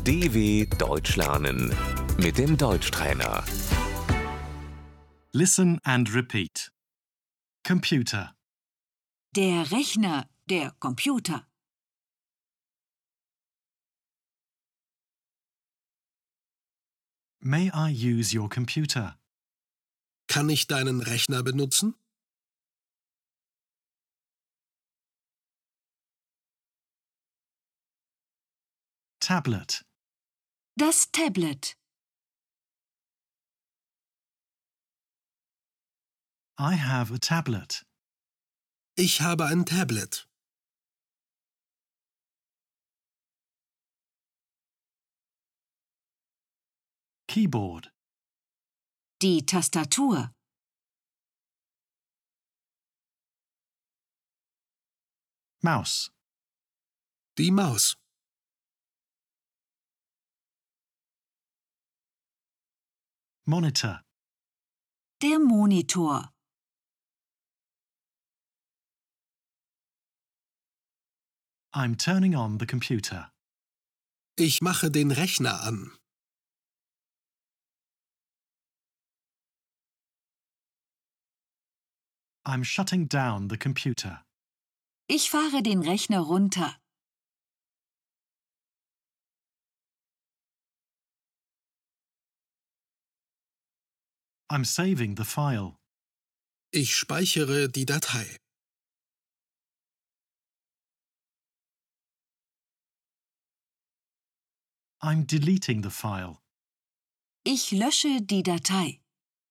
DW Deutsch lernen mit dem Deutschtrainer. Listen and repeat. Computer. Der Rechner, der Computer. May I use your computer? Kann ich deinen Rechner benutzen? Tablet. Das Tablet. I have a tablet. Ich habe ein Tablet. Keyboard. Die Tastatur. Mouse. Die Maus. Monitor. Der Monitor. I'm turning on the computer. Ich mache den Rechner an. I'm shutting down the computer. Ich fahre den Rechner runter. I'm saving the file. Ich speichere die Datei. I'm deleting the file. Ich lösche die Datei.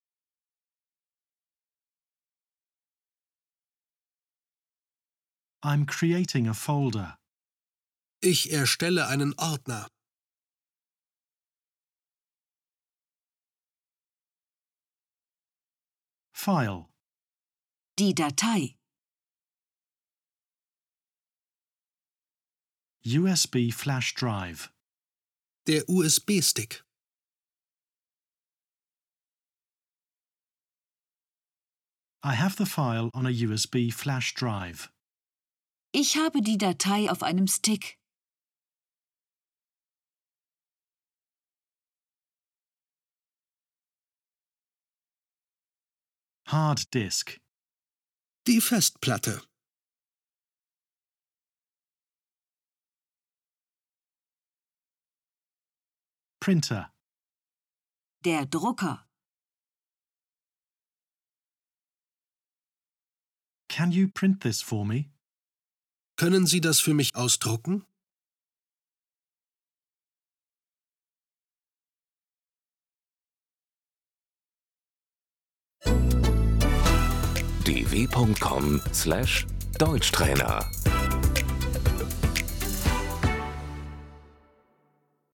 I'm creating a folder. Ich erstelle einen Ordner. File. Die Datei. USB flash drive. Der USB-Stick. I have the file on a USB flash drive. Ich habe die Datei auf einem Stick. Hard disk. Die Festplatte. Printer. Der Drucker. Can you print this for me? Können Sie das für mich ausdrucken? dw.com/Deutschtrainer